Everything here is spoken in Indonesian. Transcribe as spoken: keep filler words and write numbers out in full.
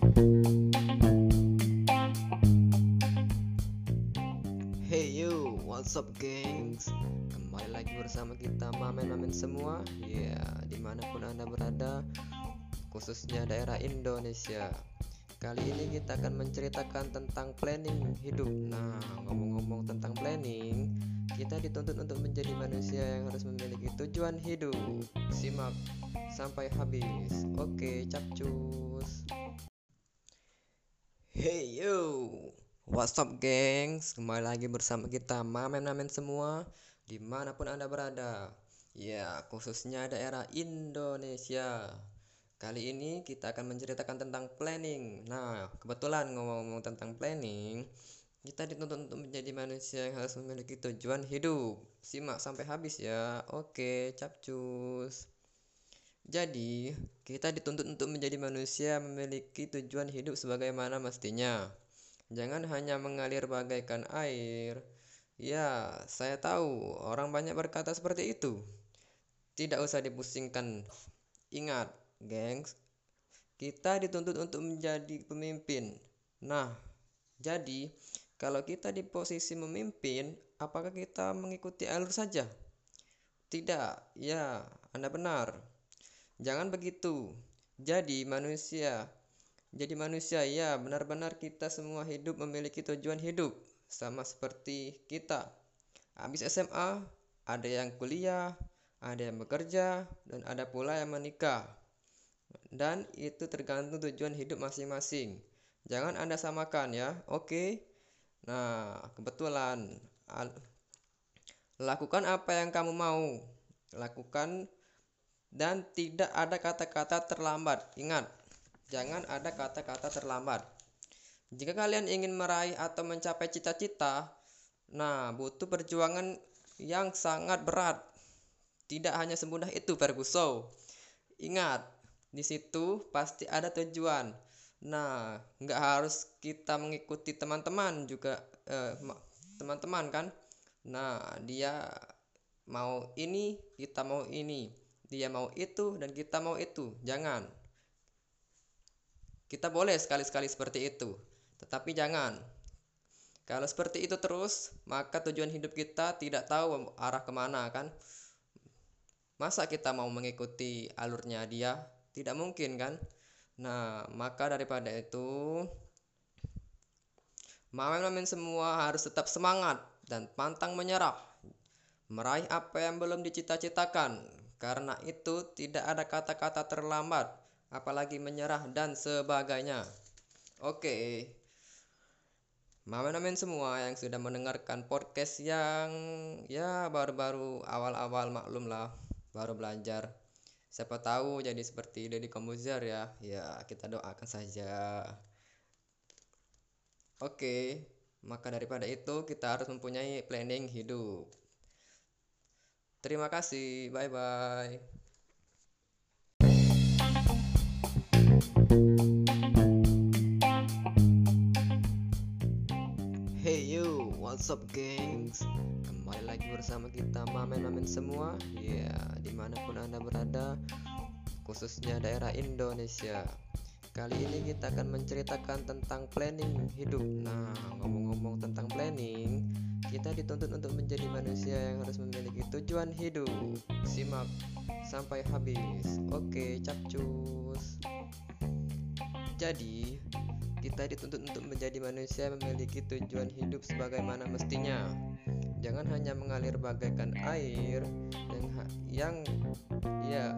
Hey yo, what's up gengs? Kembali lagi bersama kita mamen-mamen semua. Ya, dimanapun anda berada, khususnya daerah Indonesia. Kali ini kita akan menceritakan tentang planning hidup. Nah, ngomong-ngomong tentang planning, kita dituntut untuk menjadi manusia yang harus memiliki tujuan hidup. Simak sampai habis. Oke, capcus. Hey yo, what's up gengs? Kembali lagi bersama kita mamen-mamen semua dimanapun anda berada. Ya, khususnya daerah Indonesia. Kali ini kita akan menceritakan tentang planning. Nah, kebetulan ngomong-ngomong tentang planning, kita dituntut untuk menjadi manusia yang harus memiliki tujuan hidup. Simak sampai habis ya. Oke, capcus. Jadi, kita dituntut untuk menjadi manusia yang memiliki tujuan hidup sebagaimana mestinya. Jangan hanya mengalir bagaikan air. Ya, saya tahu orang banyak berkata seperti itu. Tidak usah dipusingkan. Ingat, gengs, kita dituntut untuk menjadi pemimpin. Nah, jadi kalau kita di posisi memimpin, apakah kita mengikuti alur saja? Tidak, ya, Anda benar. Jangan begitu. Jadi manusia, jadi manusia ya, benar-benar kita semua hidup memiliki tujuan hidup, sama seperti kita. Habis S M A, ada yang kuliah, ada yang bekerja, dan ada pula yang menikah. Dan itu tergantung tujuan hidup masing-masing. Jangan Anda samakan ya, oke? Nah, kebetulan lakukan apa yang kamu mau. Lakukan dan tidak ada kata-kata terlambat. Ingat, jangan ada kata-kata terlambat. Jika kalian ingin meraih atau mencapai cita-cita, nah butuh perjuangan yang sangat berat. Tidak hanya semudah itu, Ferguson. Ingat, di situ pasti ada tujuan. Nah, nggak harus kita mengikuti teman-teman juga, eh, teman-teman kan. Nah, dia mau ini, kita mau ini. Dia mau itu dan kita mau itu. Jangan. Kita boleh sekali-sekali seperti itu, tetapi jangan. Kalau seperti itu terus, maka tujuan hidup kita tidak tahu arah kemana kan. Masa kita mau mengikuti alurnya dia? Tidak mungkin kan. Nah, maka daripada itu, mamen-mamen semua harus tetap semangat dan pantang menyerah, meraih apa yang belum dicita-citakan. Karena itu tidak ada kata-kata terlambat, apalagi menyerah dan sebagainya. Oke, mamen-mamen semua yang sudah mendengarkan podcast yang ya baru-baru awal-awal, maklum lah, baru belajar. Siapa tahu jadi seperti Deddy Komuzer ya. Ya, kita doakan saja. Oke, maka daripada itu kita harus mempunyai planning hidup. Terima kasih, bye-bye. Hey yo, what's up gengs? Kembali lagi bersama kita mamen-mamen semua. Ya, dimanapun anda berada, khususnya daerah Indonesia. Kali ini kita akan menceritakan tentang planning hidup. Nah, ngomong-ngomong tentang planning, kita dituntut untuk menjadi manusia yang harus memiliki tujuan hidup. Simak sampai habis. Oke, capcus. Jadi, kita dituntut untuk menjadi manusia yang memiliki tujuan hidup sebagaimana mestinya. Jangan hanya mengalir bagaikan air yang, yang ya